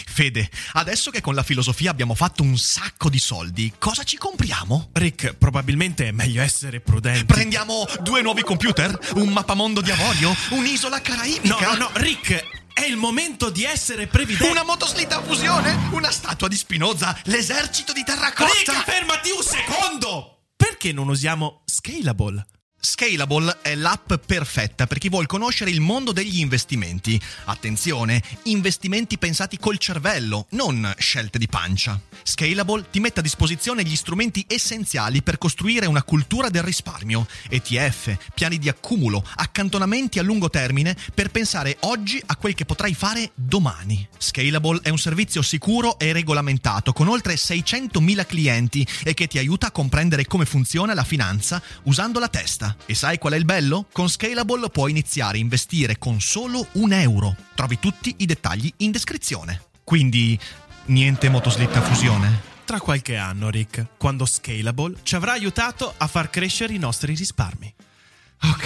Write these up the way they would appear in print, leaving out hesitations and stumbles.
Fede, adesso che con la filosofia abbiamo fatto un sacco di soldi, cosa ci compriamo? Rick, probabilmente è meglio essere prudenti. Prendiamo 2 nuovi computer? Un mappamondo di avorio? Un'isola caraibica? No, Rick, è il momento di essere previdenti. Una motoslitta a fusione? Una statua di Spinoza? L'esercito di terracotta? Rick, fermati un secondo! Perché non usiamo Scalable? Scalable è l'app perfetta per chi vuol conoscere il mondo degli investimenti. Attenzione, investimenti pensati col cervello, non scelte di pancia. Scalable ti mette a disposizione gli strumenti essenziali per costruire una cultura del risparmio, ETF, piani di accumulo, accantonamenti a lungo termine per pensare oggi a quel che potrai fare domani. Scalable è un servizio sicuro e regolamentato con oltre 600.000 clienti e che ti aiuta a comprendere come funziona la finanza usando la testa. E sai qual è il bello? Con Scalable puoi iniziare a investire con solo €1. Trovi tutti i dettagli in descrizione. Quindi, niente motoslitta a fusione? Tra qualche anno, Rick, quando Scalable ci avrà aiutato a far crescere i nostri risparmi. Ok.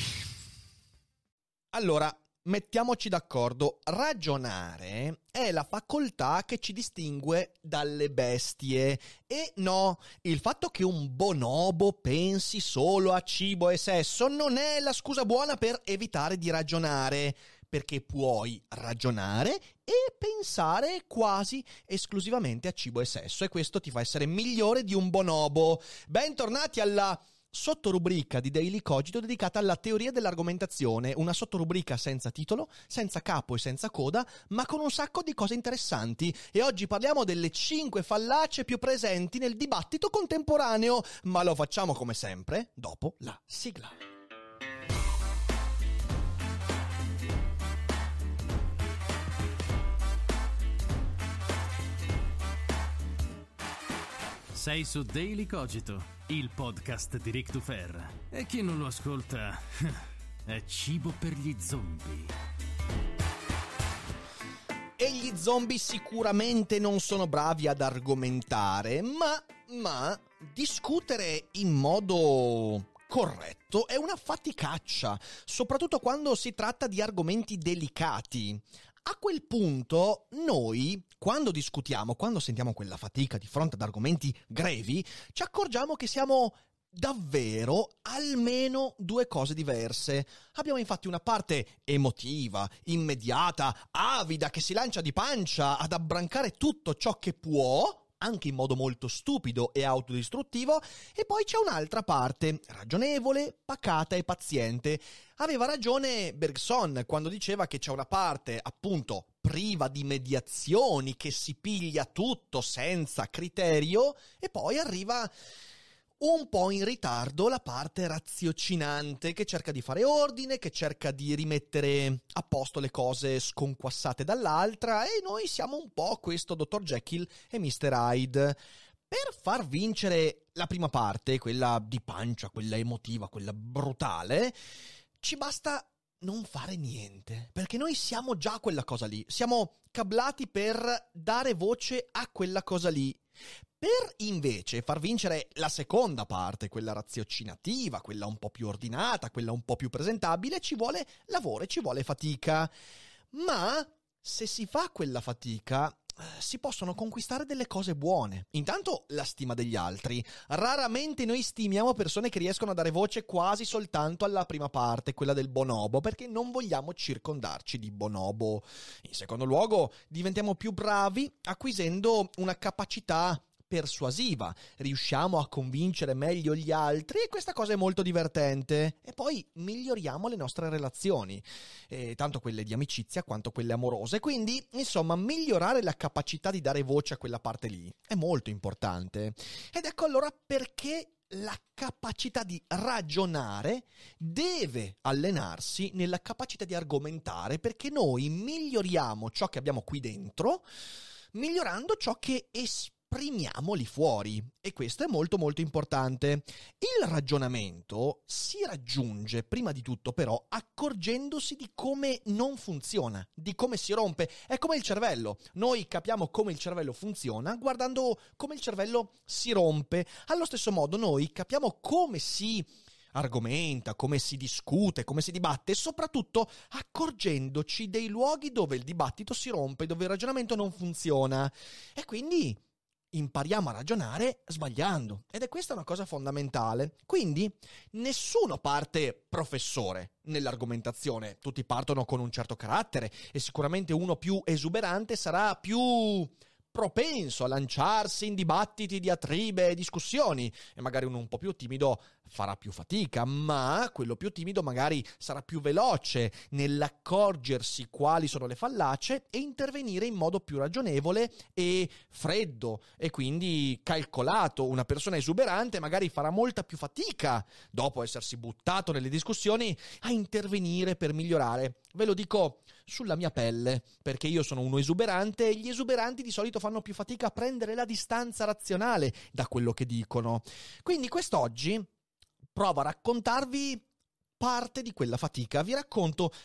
Allora, mettiamoci d'accordo. Ragionare è la facoltà che ci distingue dalle bestie. E no, il fatto che un bonobo pensi solo a cibo e sesso non è la scusa buona per evitare di ragionare, perché puoi ragionare e pensare quasi esclusivamente a cibo e sesso, e questo ti fa essere migliore di un bonobo. Bentornati alla sottorubrica di Daily Cogito dedicata alla teoria dell'argomentazione, una sottorubrica senza titolo, senza capo e senza coda, ma con un sacco di cose interessanti. E oggi parliamo delle 5 fallacie più presenti nel dibattito contemporaneo, ma lo facciamo come sempre dopo la sigla. Sei su Daily Cogito, il podcast di Rick Dufer. E chi non lo ascolta è cibo per gli zombie. E gli zombie sicuramente non sono bravi ad argomentare, ma discutere in modo corretto è una faticaccia, soprattutto quando si tratta di argomenti delicati. A quel punto noi, quando discutiamo, quando sentiamo quella fatica di fronte ad argomenti grevi, ci accorgiamo che siamo davvero almeno 2 cose diverse. Abbiamo infatti una parte emotiva, immediata, avida, che si lancia di pancia ad abbrancare tutto ciò che può, anche in modo molto stupido e autodistruttivo, e poi c'è un'altra parte, ragionevole, pacata e paziente. Aveva ragione Bergson quando diceva che c'è una parte, appunto, priva di mediazioni, che si piglia tutto senza criterio, e poi arriva un po' in ritardo la parte raziocinante, che cerca di fare ordine, che cerca di rimettere a posto le cose sconquassate dall'altra, e noi siamo un po' questo Dr. Jekyll e Mr. Hyde. Per far vincere la prima parte, quella di pancia, quella emotiva, quella brutale, ci basta non fare niente, perché noi siamo già quella cosa lì, siamo cablati per dare voce a quella cosa lì. Per invece far vincere la seconda parte, quella raziocinativa, quella un po' più ordinata, quella un po' più presentabile, ci vuole lavoro e ci vuole fatica. Ma se si fa quella fatica, si possono conquistare delle cose buone. Intanto la stima degli altri. Raramente noi stimiamo persone che riescono a dare voce quasi soltanto alla prima parte, quella del bonobo, perché non vogliamo circondarci di bonobo. In secondo luogo, diventiamo più bravi acquisendo una capacità persuasiva, riusciamo a convincere meglio gli altri, e questa cosa è molto divertente. E poi miglioriamo le nostre relazioni, tanto quelle di amicizia quanto quelle amorose. Quindi, insomma, migliorare la capacità di dare voce a quella parte lì è molto importante. Ed ecco allora perché la capacità di ragionare deve allenarsi nella capacità di argomentare, perché noi miglioriamo ciò che abbiamo qui dentro, migliorando ciò che esprimiamo lì fuori, e questo è molto molto importante. Il ragionamento si raggiunge prima di tutto però accorgendosi di come non funziona, di come si rompe. È come il cervello, noi capiamo come il cervello funziona guardando come il cervello si rompe. Allo stesso modo noi capiamo come si argomenta, come si discute, come si dibatte e soprattutto accorgendoci dei luoghi dove il dibattito si rompe, dove il ragionamento non funziona e quindi impariamo a ragionare sbagliando ed è questa una cosa fondamentale. Quindi nessuno parte professore nell'argomentazione, tutti partono con un certo carattere e sicuramente uno più esuberante sarà più propenso a lanciarsi in dibattiti, diatribe e discussioni e magari uno un po' più timido farà più fatica, ma quello più timido magari sarà più veloce nell'accorgersi quali sono le fallacie e intervenire in modo più ragionevole e freddo e quindi calcolato. Una persona esuberante magari farà molta più fatica dopo essersi buttato nelle discussioni a intervenire per migliorare. Ve lo dico sulla mia pelle, perché io sono uno esuberante e gli esuberanti di solito fanno più fatica a prendere la distanza razionale da quello che dicono. Quindi quest'oggi provo a raccontarvi parte di quella fatica. Vi racconto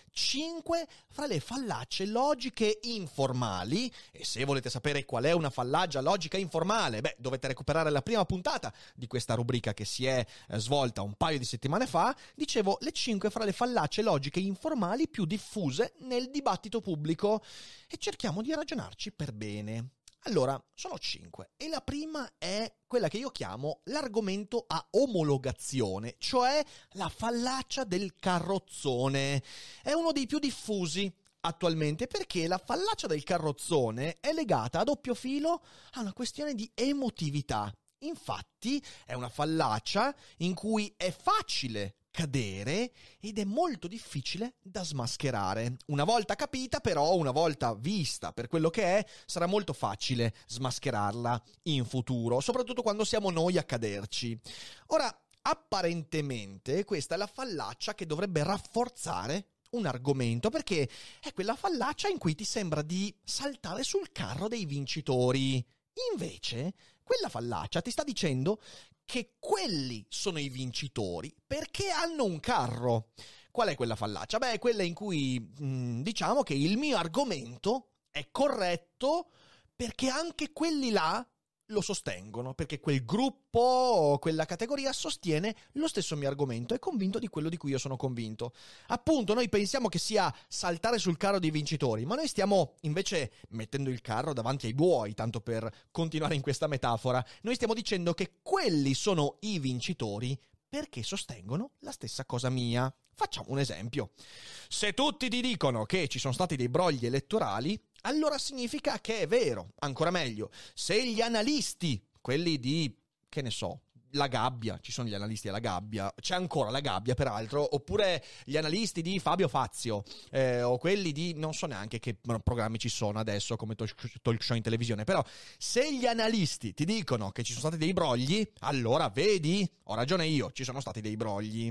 5 fra le fallacie logiche informali e se volete sapere qual è una fallacia logica informale, dovete recuperare la prima puntata di questa rubrica che si è svolta un paio di settimane fa. Dicevo le 5 fra le fallacie logiche informali più diffuse nel dibattito pubblico e cerchiamo di ragionarci per bene. Allora, sono 5 e la prima è quella che io chiamo l'argomento a omologazione, cioè la fallacia del carrozzone. È uno dei più diffusi attualmente perché la fallacia del carrozzone è legata a doppio filo a una questione di emotività. Infatti è una fallacia in cui è facile cadere ed è molto difficile da smascherare. Una volta capita, però, una volta vista per quello che è, sarà molto facile smascherarla in futuro, soprattutto quando siamo noi a caderci. Ora, apparentemente, questa è la fallacia che dovrebbe rafforzare un argomento, perché è quella fallacia in cui ti sembra di saltare sul carro dei vincitori. Invece, quella fallacia ti sta dicendo che quelli sono i vincitori perché hanno un carro. Qual è quella fallacia? È quella in cui diciamo che il mio argomento è corretto perché anche quelli là lo sostengono, perché quel gruppo o quella categoria sostiene lo stesso mio argomento, è convinto di quello di cui io sono convinto. Appunto, noi pensiamo che sia saltare sul carro dei vincitori, ma noi stiamo invece mettendo il carro davanti ai buoi, tanto per continuare in questa metafora. Noi stiamo dicendo che quelli sono i vincitori perché sostengono la stessa cosa mia. Facciamo un esempio. Se tutti ti dicono che ci sono stati dei brogli elettorali, allora significa che è vero. Ancora meglio, se gli analisti, quelli di, che ne so, La Gabbia, ci sono gli analisti alla Gabbia, c'è ancora La Gabbia peraltro, oppure gli analisti di Fabio Fazio, o quelli di, non so neanche che programmi ci sono adesso come talk show in televisione, però se gli analisti ti dicono che ci sono stati dei brogli, allora vedi, ho ragione io, ci sono stati dei brogli.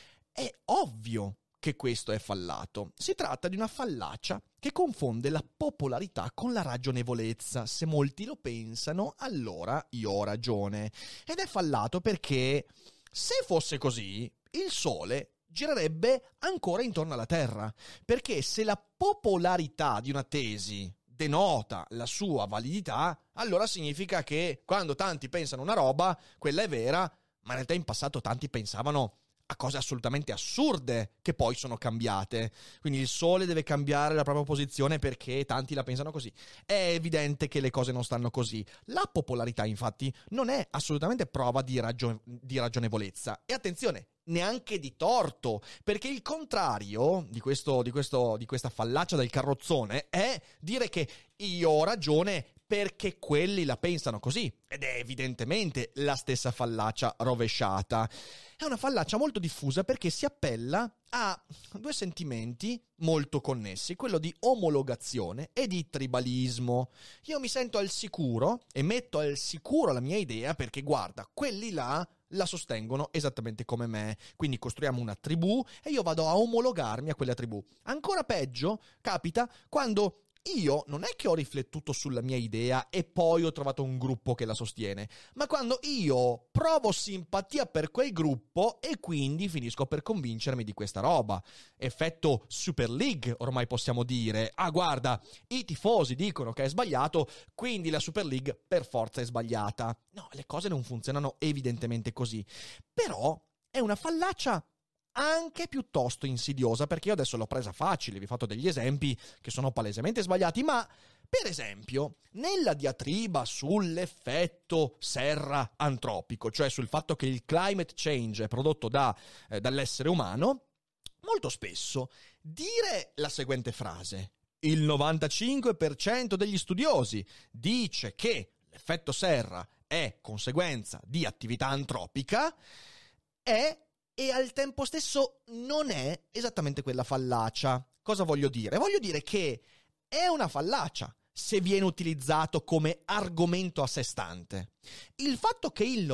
È ovvio che questo è fallato. Si tratta di una fallacia che confonde la popolarità con la ragionevolezza. Se molti lo pensano, allora io ho ragione. Ed è fallato perché se fosse così, il Sole girerebbe ancora intorno alla Terra. Perché se la popolarità di una tesi denota la sua validità, allora significa che quando tanti pensano una roba, quella è vera, ma in realtà in passato tanti pensavano a cose assolutamente assurde che poi sono cambiate. Quindi il Sole deve cambiare la propria posizione perché tanti la pensano così. È evidente che le cose non stanno così. La popolarità, infatti, non è assolutamente prova di ragionevolezza. E attenzione, neanche di torto, perché il contrario di questa fallacia del carrozzone è dire che io ho ragione perché quelli la pensano così, ed è evidentemente la stessa fallacia rovesciata. È una fallacia molto diffusa perché si appella a due sentimenti molto connessi, quello di omologazione e di tribalismo. Io mi sento al sicuro e metto al sicuro la mia idea perché, guarda, quelli là la sostengono esattamente come me, quindi costruiamo una tribù e io vado a omologarmi a quella tribù. Ancora peggio capita quando io non è che ho riflettuto sulla mia idea e poi ho trovato un gruppo che la sostiene, ma quando io provo simpatia per quel gruppo e quindi finisco per convincermi di questa roba. Effetto Super League, ormai possiamo dire. Ah, guarda, i tifosi dicono che è sbagliato, quindi la Super League per forza è sbagliata. No, le cose non funzionano evidentemente così. Però è una fallacia anche piuttosto insidiosa, perché io adesso l'ho presa facile, vi ho fatto degli esempi che sono palesemente sbagliati, ma per esempio nella diatriba sull'effetto serra antropico, cioè sul fatto che il climate change è prodotto dall'essere umano, molto spesso dire la seguente frase: il 95% degli studiosi dice che l'effetto serra è conseguenza di attività antropica, e al tempo stesso non è esattamente quella fallacia. Cosa voglio dire? Voglio dire che è una fallacia se viene utilizzato come argomento a sé stante. Il fatto che il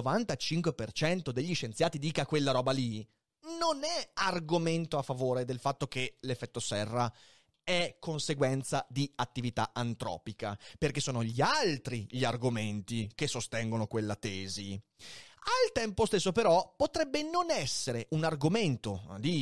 95% degli scienziati dica quella roba lì non è argomento a favore del fatto che l'effetto serra è conseguenza di attività antropica, perché sono gli altri gli argomenti che sostengono quella tesi. Al tempo stesso però potrebbe non essere un argomento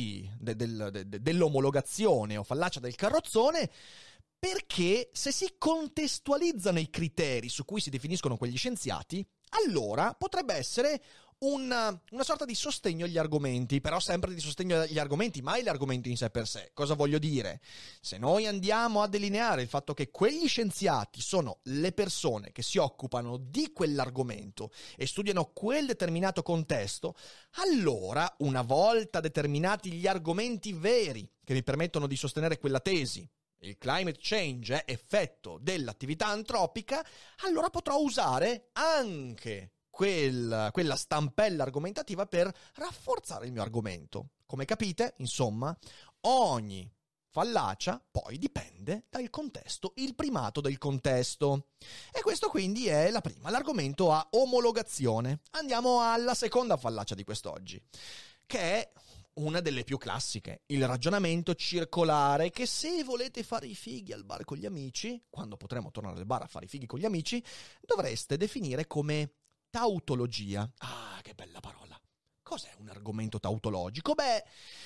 dell'omologazione o fallacia del carrozzone, perché se si contestualizzano i criteri su cui si definiscono quegli scienziati, allora potrebbe essere una sorta di sostegno agli argomenti, però sempre di sostegno agli argomenti, mai l'argomento in sé per sé. Cosa voglio dire? Se noi andiamo a delineare il fatto che quegli scienziati sono le persone che si occupano di quell'argomento e studiano quel determinato contesto, allora, una volta determinati gli argomenti veri che mi permettono di sostenere quella tesi, il climate change è effetto dell'attività antropica, allora potrò usare anche quella stampella argomentativa per rafforzare il mio argomento. Come capite, insomma, ogni fallacia poi dipende dal contesto, il primato del contesto. E questo quindi è la prima, l'argomento a omologazione. Andiamo alla seconda fallacia di quest'oggi, che è una delle più classiche, il ragionamento circolare, che se volete fare i fighi al bar con gli amici, quando potremo tornare al bar a fare i fighi con gli amici, dovreste definire come tautologia. Ah, che bella parola! Cos'è un argomento tautologico? Beh,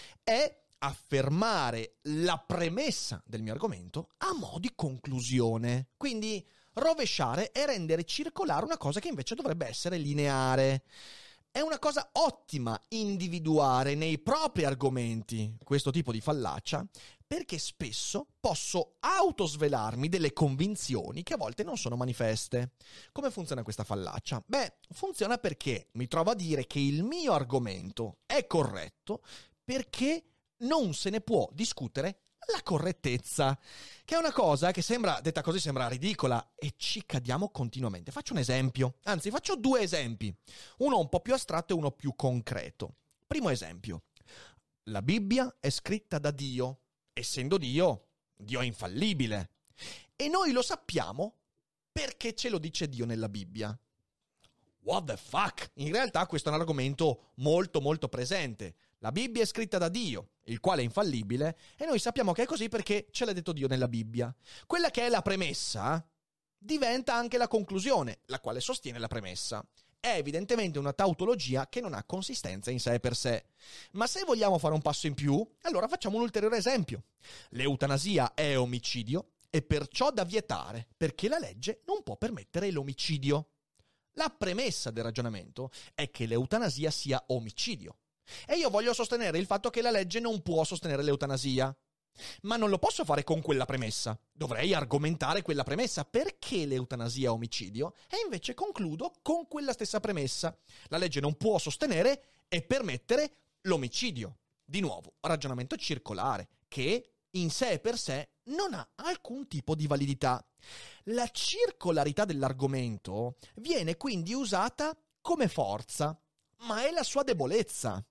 è affermare la premessa del mio argomento a mo' di conclusione. Quindi rovesciare e rendere circolare una cosa che invece dovrebbe essere lineare. È una cosa ottima individuare nei propri argomenti questo tipo di fallacia, perché spesso posso autosvelarmi delle convinzioni che a volte non sono manifeste. Come funziona questa fallacia? Beh, funziona perché mi trovo a dire che il mio argomento è corretto perché non se ne può discutere la correttezza, che è una cosa che sembra, detta così, sembra ridicola, e ci cadiamo continuamente. Faccio un esempio, anzi faccio due esempi, uno un po' più astratto e uno più concreto. Primo esempio: la Bibbia è scritta da Dio, essendo Dio è infallibile, e noi lo sappiamo perché ce lo dice Dio nella Bibbia. What the fuck? In realtà questo è un argomento molto molto presente. La Bibbia è scritta da Dio, il quale è infallibile, e noi sappiamo che è così perché ce l'ha detto Dio nella Bibbia. Quella che è la premessa diventa anche la conclusione, la quale sostiene la premessa. È evidentemente una tautologia che non ha consistenza in sé per sé. Ma se vogliamo fare un passo in più, allora facciamo un ulteriore esempio. L'eutanasia è omicidio e perciò da vietare, perché la legge non può permettere l'omicidio. La premessa del ragionamento è che l'eutanasia sia omicidio. E io voglio sostenere il fatto che la legge non può sostenere l'eutanasia. Ma non lo posso fare con quella premessa. Dovrei argomentare quella premessa perché l'eutanasia è omicidio, e invece concludo con quella stessa premessa. La legge non può sostenere e permettere l'omicidio. Di nuovo, ragionamento circolare, che in sé e per sé non ha alcun tipo di validità. La circolarità dell'argomento viene quindi usata come forza, ma è la sua debolezza.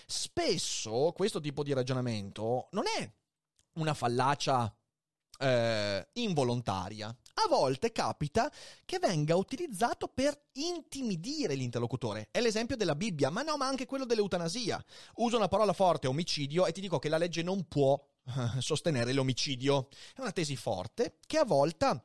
Spesso questo tipo di ragionamento non è una fallacia involontaria. A volte capita che venga utilizzato per intimidire l'interlocutore. È l'esempio della Bibbia, ma anche quello dell'eutanasia. Uso una parola forte, omicidio, e ti dico che la legge non può sostenere l'omicidio. È una tesi forte che a volte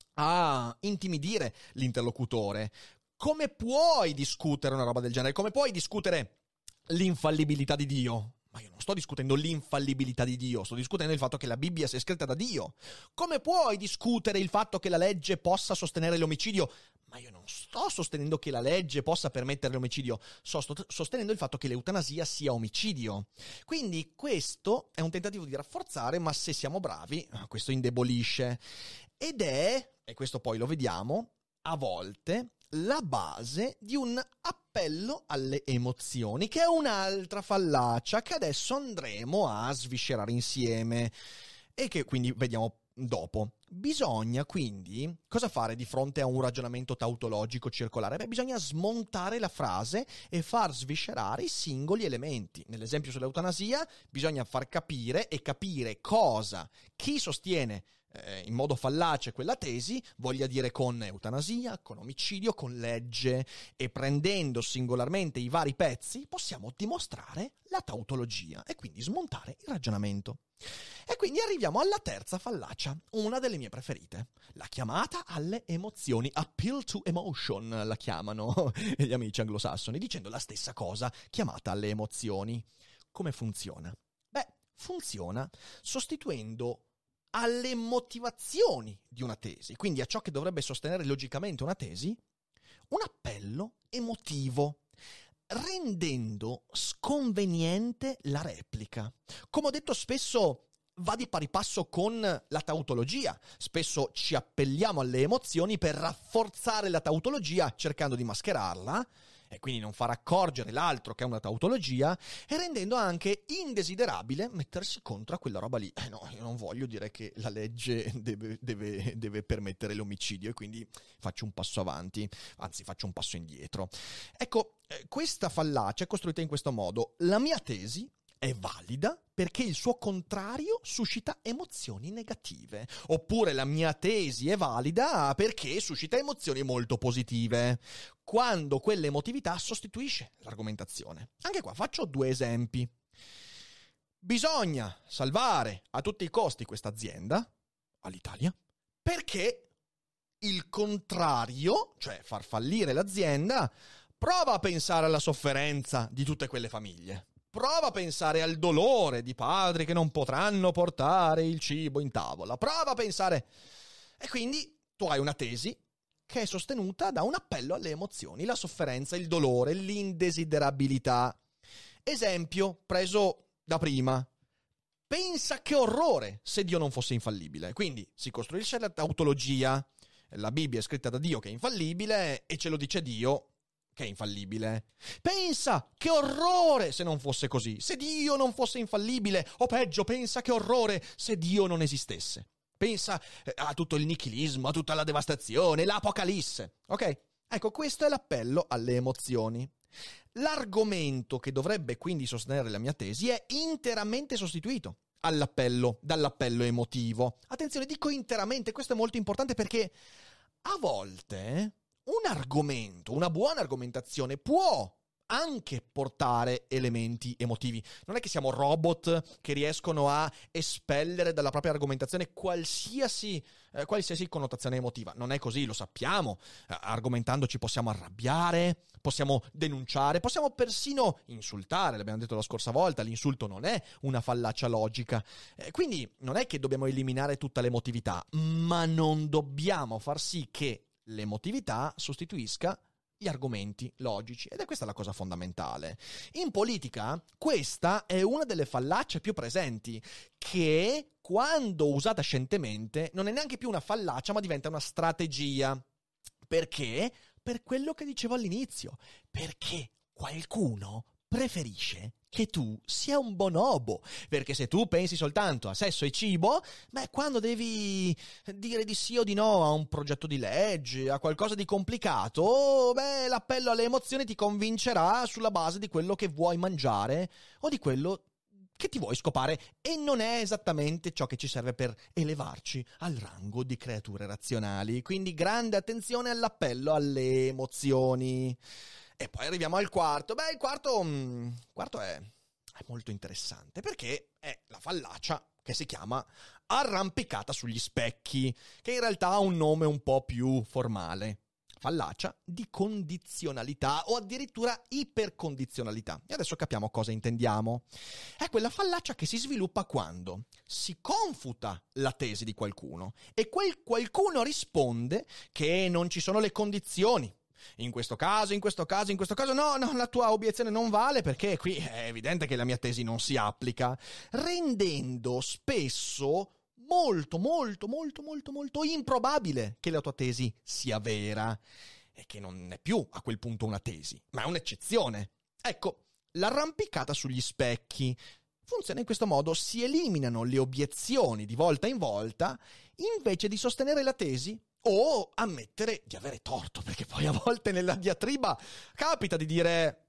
a intimidire l'interlocutore. Come puoi discutere una roba del genere? Come puoi discutere l'infallibilità di Dio? Ma io non sto discutendo l'infallibilità di Dio, sto discutendo il fatto che la Bibbia sia scritta da Dio. Come puoi discutere il fatto che la legge possa sostenere l'omicidio? Ma ma io non sto sostenendo che la legge possa permettere l'omicidio, sto sostenendo il fatto che l'eutanasia sia omicidio. Quindi questo è un tentativo di rafforzare, ma se siamo bravi, questo indebolisce. Ed è, e questo poi lo vediamo, a volte la base di un appello alle emozioni, che è un'altra fallacia che adesso andremo a sviscerare insieme e che quindi vediamo dopo. Bisogna quindi cosa fare di fronte a un ragionamento tautologico circolare? Beh, bisogna smontare la frase e far sviscerare i singoli elementi. Nell'esempio sull'eutanasia bisogna far capire e capire cosa chi sostiene in modo fallace quella tesi voglia dire con eutanasia, con omicidio, con legge, e prendendo singolarmente i vari pezzi possiamo dimostrare la tautologia e quindi smontare il ragionamento. E quindi arriviamo alla terza fallacia, una delle mie preferite, la chiamata alle emozioni, appeal to emotion la chiamano gli amici anglosassoni, dicendo la stessa cosa, chiamata alle emozioni. Come funziona? Beh, funziona sostituendo alle motivazioni di una tesi, quindi a ciò che dovrebbe sostenere logicamente una tesi, un appello emotivo, rendendo sconveniente la replica. Come ho detto, spesso va di pari passo con la tautologia. Spesso ci appelliamo alle emozioni per rafforzare la tautologia, cercando di mascherarla, e quindi non far accorgere l'altro che è una tautologia, e rendendo anche indesiderabile mettersi contro a quella roba lì. No, io non voglio dire che la legge deve permettere l'omicidio, e quindi faccio un passo avanti, anzi faccio un passo indietro. Ecco, questa fallacia è costruita in questo modo. La mia tesi è valida perché il suo contrario suscita emozioni negative, oppure la mia tesi è valida perché suscita emozioni molto positive, quando quell'emotività sostituisce l'argomentazione. Anche qua faccio 2 esempi. Bisogna salvare a tutti i costi questa azienda, all'Italia, perché il contrario, cioè far fallire l'azienda, prova a pensare alla sofferenza di tutte quelle famiglie. Prova a pensare al dolore di padri che non potranno portare il cibo in tavola. Prova a pensare... E quindi tu hai una tesi che è sostenuta da un appello alle emozioni, la sofferenza, il dolore, l'indesiderabilità. Esempio preso da prima. Pensa che orrore se Dio non fosse infallibile. Quindi si costruisce la tautologia. La Bibbia è scritta da Dio che è infallibile e ce lo dice Dio che è infallibile. Pensa che orrore se non fosse così, se Dio non fosse infallibile, o peggio, pensa che orrore se Dio non esistesse. Pensa a tutto il nichilismo, a tutta la devastazione, l'apocalisse. Ok? Ecco, questo è l'appello alle emozioni. L'argomento che dovrebbe quindi sostenere la mia tesi è interamente sostituito dall'appello emotivo. Attenzione, dico interamente, questo è molto importante perché a volte un argomento, una buona argomentazione può anche portare elementi emotivi. Non è che siamo robot che riescono a espellere dalla propria argomentazione qualsiasi connotazione emotiva. Non è così, lo sappiamo. Argomentando ci possiamo arrabbiare, possiamo denunciare, possiamo persino insultare. L'abbiamo detto la scorsa volta, l'insulto non è una fallacia logica. Quindi non è che dobbiamo eliminare tutta l'emotività, ma non dobbiamo far sì che l'emotività sostituisca gli argomenti logici, ed è questa la cosa fondamentale. In politica questa è una delle fallacie più presenti, che quando usata scientemente non è neanche più una fallacia ma diventa una strategia. Perché? Per quello che dicevo all'inizio, perché qualcuno preferisce che tu sia un bonobo, perché se tu pensi soltanto a sesso e cibo, quando devi dire di sì o di no a un progetto di legge, a qualcosa di complicato, l'appello alle emozioni ti convincerà sulla base di quello che vuoi mangiare o di quello che ti vuoi scopare, e non è esattamente ciò che ci serve per elevarci al rango di creature razionali. Quindi grande attenzione all'appello alle emozioni. E poi arriviamo al quarto. Il quarto è molto interessante perché è la fallacia che si chiama arrampicata sugli specchi, che in realtà ha un nome un po' più formale. fallacia di condizionalità o addirittura ipercondizionalità. E adesso capiamo cosa intendiamo. È quella fallacia che si sviluppa quando si confuta la tesi di qualcuno e quel qualcuno risponde che non ci sono le condizioni. In questo caso, no, la tua obiezione non vale perché qui è evidente che la mia tesi non si applica, rendendo spesso molto improbabile che la tua tesi sia vera e che non è più a quel punto una tesi, ma è un'eccezione. Ecco, l'arrampicata sugli specchi funziona in questo modo: si eliminano le obiezioni di volta in volta invece di sostenere la tesi o ammettere di avere torto, perché poi a volte nella diatriba capita di dire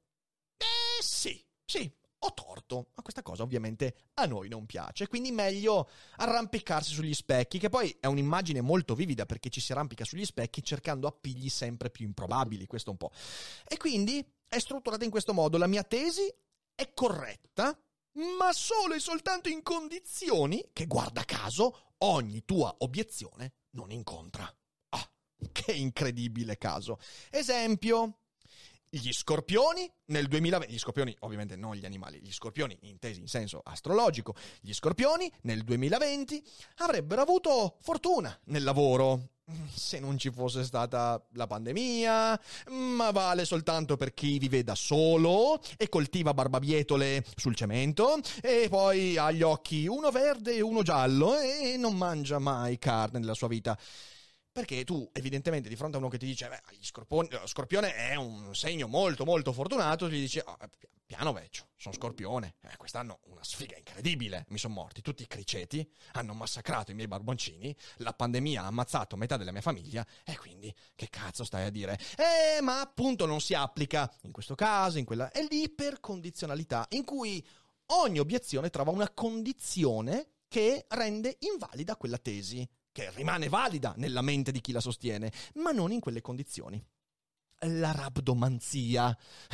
sì, ho torto, ma questa cosa ovviamente a noi non piace, quindi meglio arrampicarsi sugli specchi, che poi è un'immagine molto vivida perché ci si arrampica sugli specchi cercando appigli sempre più improbabili, questo un po'. E quindi è strutturata in questo modo: la mia tesi è corretta, ma solo e soltanto in condizioni che, guarda caso, ogni tua obiezione non incontra. Ah, che incredibile caso. Esempio: gli scorpioni nel 2020, gli scorpioni ovviamente non gli animali, gli scorpioni intesi in senso astrologico, gli scorpioni nel 2020 avrebbero avuto fortuna nel lavoro se non ci fosse stata la pandemia, ma vale soltanto per chi vive da solo e coltiva barbabietole sul cemento e poi ha gli occhi uno verde e uno giallo e non mangia mai carne nella sua vita. Perché tu, evidentemente, di fronte a uno che ti dice lo scorpione è un segno molto fortunato, gli dici piano vecchio, sono scorpione, quest'anno una sfiga incredibile, mi sono morti tutti i criceti, hanno massacrato i miei barboncini, la pandemia ha ammazzato metà della mia famiglia e quindi che cazzo stai a dire? Ma appunto non si applica in questo caso, in quella. È l'ipercondizionalità, in cui ogni obiezione trova una condizione che rende invalida quella tesi, che rimane valida nella mente di chi la sostiene, ma non in quelle condizioni. La rabdomanzia.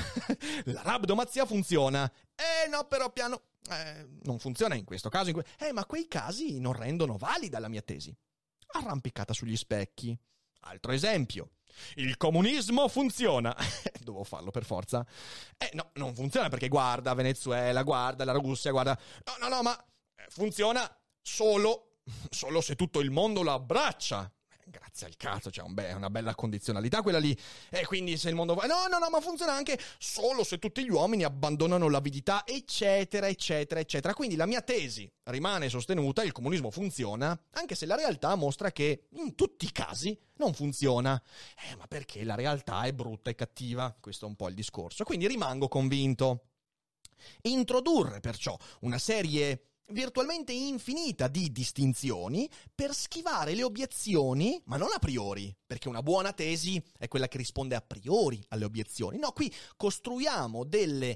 La rabdomanzia funziona. No, però piano. Non funziona in questo caso. Ma quei casi non rendono valida la mia tesi. Arrampicata sugli specchi. Altro esempio. Il comunismo funziona. Devo farlo per forza. No, non funziona perché guarda Venezuela, guarda la Russia, guarda. No, ma funziona solo se tutto il mondo lo abbraccia. Grazie al cazzo, è una bella condizionalità quella lì. E quindi se il mondo va. No, ma funziona anche solo se tutti gli uomini abbandonano l'avidità, eccetera. Quindi la mia tesi rimane sostenuta, il comunismo funziona, anche se la realtà mostra che in tutti i casi non funziona. Ma perché la realtà è brutta e cattiva? Questo è un po' il discorso. Quindi rimango convinto. Introdurre perciò una serie virtualmente infinita di distinzioni per schivare le obiezioni, ma non a priori, perché una buona tesi è quella che risponde a priori alle obiezioni. No, qui costruiamo delle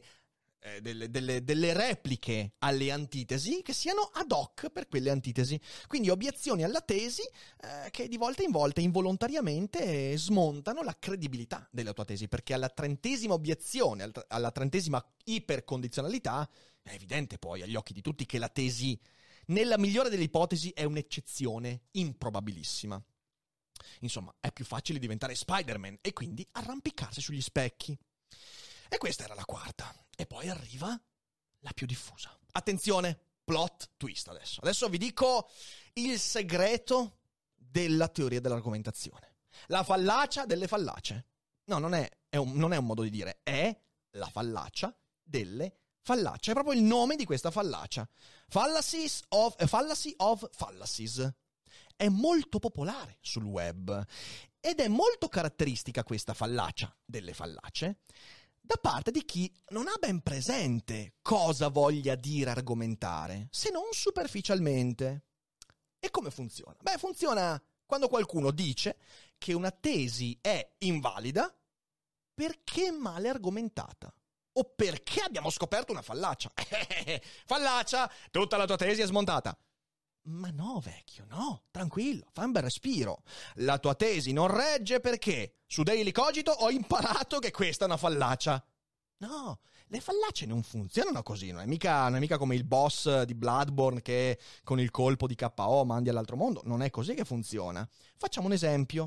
repliche alle antitesi che siano ad hoc per quelle antitesi. Quindi obiezioni alla tesi che di volta in volta involontariamente smontano la credibilità della tua tesi, perché alla 30ª obiezione, alla 30ª ipercondizionalità, è evidente poi agli occhi di tutti che la tesi, nella migliore delle ipotesi, è un'eccezione improbabilissima. Insomma, è più facile diventare Spider-Man e quindi arrampicarsi sugli specchi. E questa era la quarta. E poi arriva la più diffusa. Attenzione, plot twist adesso. Adesso vi dico il segreto della teoria dell'argomentazione. La fallacia delle fallacie. No, non è un modo di dire, è la fallacia delle fallacie. È proprio il nome di questa fallacia. Fallacy of fallacies. È molto popolare sul web ed è molto caratteristica questa fallacia delle fallacie da parte di chi non ha ben presente cosa voglia dire argomentare, se non superficialmente. E come funziona? Funziona quando qualcuno dice che una tesi è invalida perché male argomentata o perché abbiamo scoperto una fallacia. Fallacia, tutta la tua tesi è smontata. Ma no, vecchio, no, tranquillo, fai un bel respiro. La tua tesi non regge perché su Daily Cogito ho imparato che questa è una fallacia. No, le fallacie non funzionano così, non è mica come il boss di Bloodborne che con il colpo di KO mandi all'altro mondo. Non è così che funziona. Facciamo un esempio.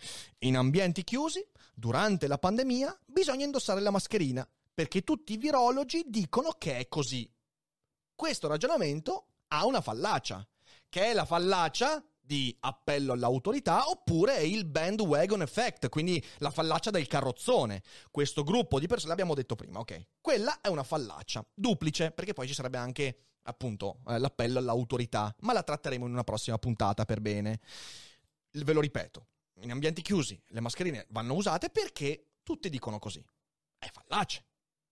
In ambienti chiusi, durante la pandemia, bisogna indossare la mascherina, perché tutti i virologi dicono che è così. Questo ragionamento ha una fallacia, che è la fallacia di appello all'autorità, oppure è il bandwagon effect, quindi la fallacia del carrozzone. Questo gruppo di persone, l'abbiamo detto prima, ok? Quella è una fallacia duplice, perché poi ci sarebbe anche, appunto, l'appello all'autorità, ma la tratteremo in una prossima puntata per bene. Ve lo ripeto, in ambienti chiusi le mascherine vanno usate perché tutti dicono così. È fallace.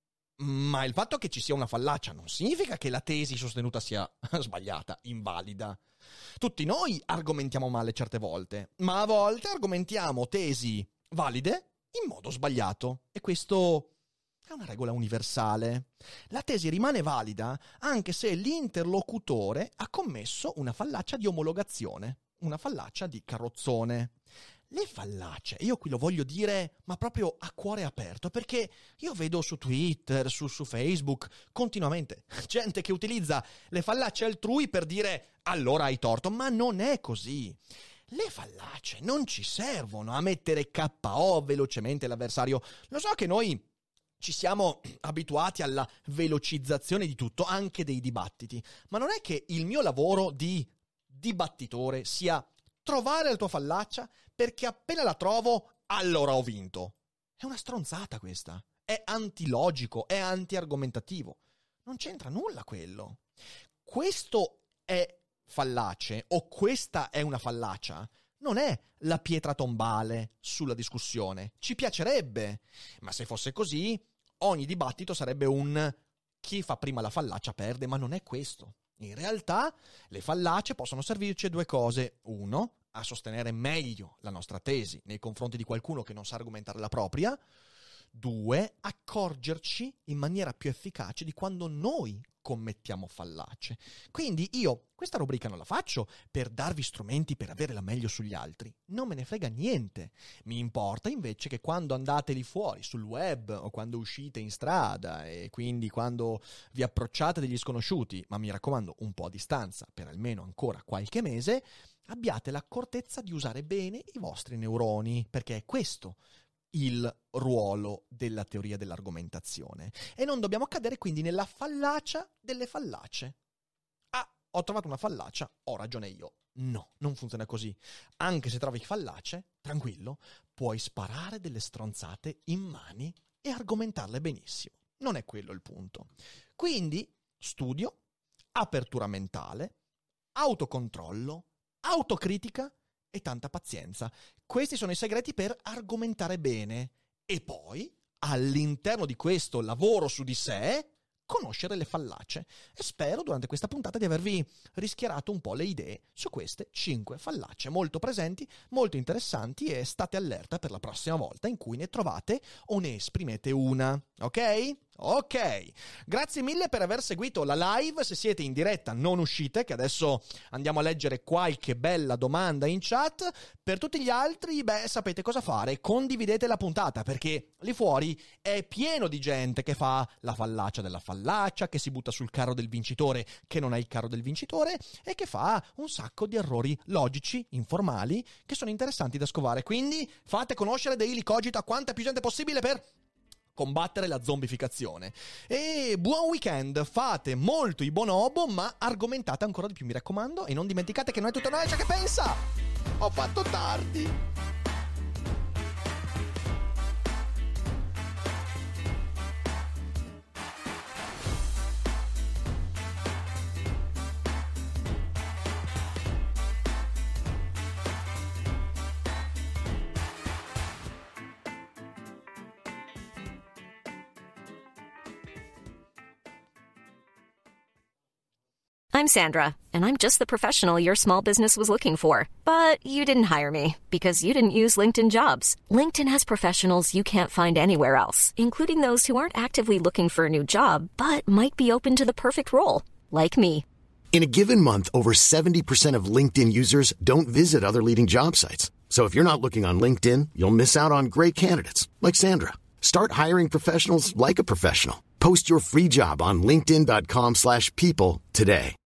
Ma il fatto che ci sia una fallacia non significa che la tesi sostenuta sia sbagliata, invalida. Tutti noi argomentiamo male certe volte, ma a volte argomentiamo tesi valide in modo sbagliato. E questo è una regola universale. La tesi rimane valida anche se l'interlocutore ha commesso una fallacia di omologazione, una fallacia di carrozzone. Le fallacie, io qui lo voglio dire, ma proprio a cuore aperto, perché io vedo su Twitter, su Facebook, continuamente gente che utilizza le fallacie altrui per dire allora hai torto, ma non è così. Le fallacie non ci servono a mettere KO velocemente l'avversario. Lo so che noi ci siamo abituati alla velocizzazione di tutto, anche dei dibattiti, ma non è che il mio lavoro di dibattitore sia trovare la tua fallacia perché appena la trovo allora ho vinto. È una stronzata questa, è antilogico, è antiargomentativo, non c'entra nulla quello. Questo è fallace o questa è una fallacia, non è la pietra tombale sulla discussione. Ci piacerebbe, ma se fosse così ogni dibattito sarebbe un chi fa prima la fallacia perde, ma non è questo. In realtà le fallacie possono servirci a due cose. Uno, a sostenere meglio la nostra tesi nei confronti di qualcuno che non sa argomentare la propria. Due, accorgerci in maniera più efficace di quando noi commettiamo fallacie. Quindi io questa rubrica non la faccio per darvi strumenti per avere la meglio sugli altri. Non me ne frega niente. Mi importa invece che quando andate lì fuori sul web o quando uscite in strada e quindi quando vi approcciate degli sconosciuti, ma mi raccomando un po' a distanza per almeno ancora qualche mese, abbiate l'accortezza di usare bene i vostri neuroni, perché è questo il ruolo della teoria dell'argomentazione. E non dobbiamo cadere quindi nella fallacia delle fallacie. Ah, ho trovato una fallacia, ho ragione io. No, non funziona così. Anche se trovi fallace, tranquillo, puoi sparare delle stronzate in mani e argomentarle benissimo. Non è quello il punto. Quindi, studio, apertura mentale, autocontrollo, autocritica e tanta pazienza. Questi sono i segreti per argomentare bene e poi, all'interno di questo lavoro su di sé, conoscere le fallacie. E spero durante questa puntata di avervi rischiarato un po' le idee su queste 5 fallacie molto presenti, molto interessanti, e state allerta per la prossima volta in cui ne trovate o ne esprimete una. Ok? Ok, grazie mille per aver seguito la live. Se siete in diretta non uscite, che adesso andiamo a leggere qualche bella domanda in chat. Per tutti gli altri, sapete cosa fare, condividete la puntata, perché lì fuori è pieno di gente che fa la fallacia della fallacia, che si butta sul carro del vincitore che non è il carro del vincitore e che fa un sacco di errori logici, informali, che sono interessanti da scovare. Quindi fate conoscere Daily Cogito a quanta più gente possibile per combattere la zombificazione. E buon weekend, fate molto i bonobo, ma argomentate ancora di più, mi raccomando, e non dimenticate che non è tutta noi ciò che pensa. Ho fatto tardi. I'm Sandra, and I'm just the professional your small business was looking for. But you didn't hire me because you didn't use LinkedIn Jobs. LinkedIn has professionals you can't find anywhere else, including those who aren't actively looking for a new job, but might be open to the perfect role, like me. In a given month, over 70% of LinkedIn users don't visit other leading job sites. So if you're not looking on LinkedIn, you'll miss out on great candidates, like Sandra. Start hiring professionals like a professional. Post your free job on linkedin.com/people today.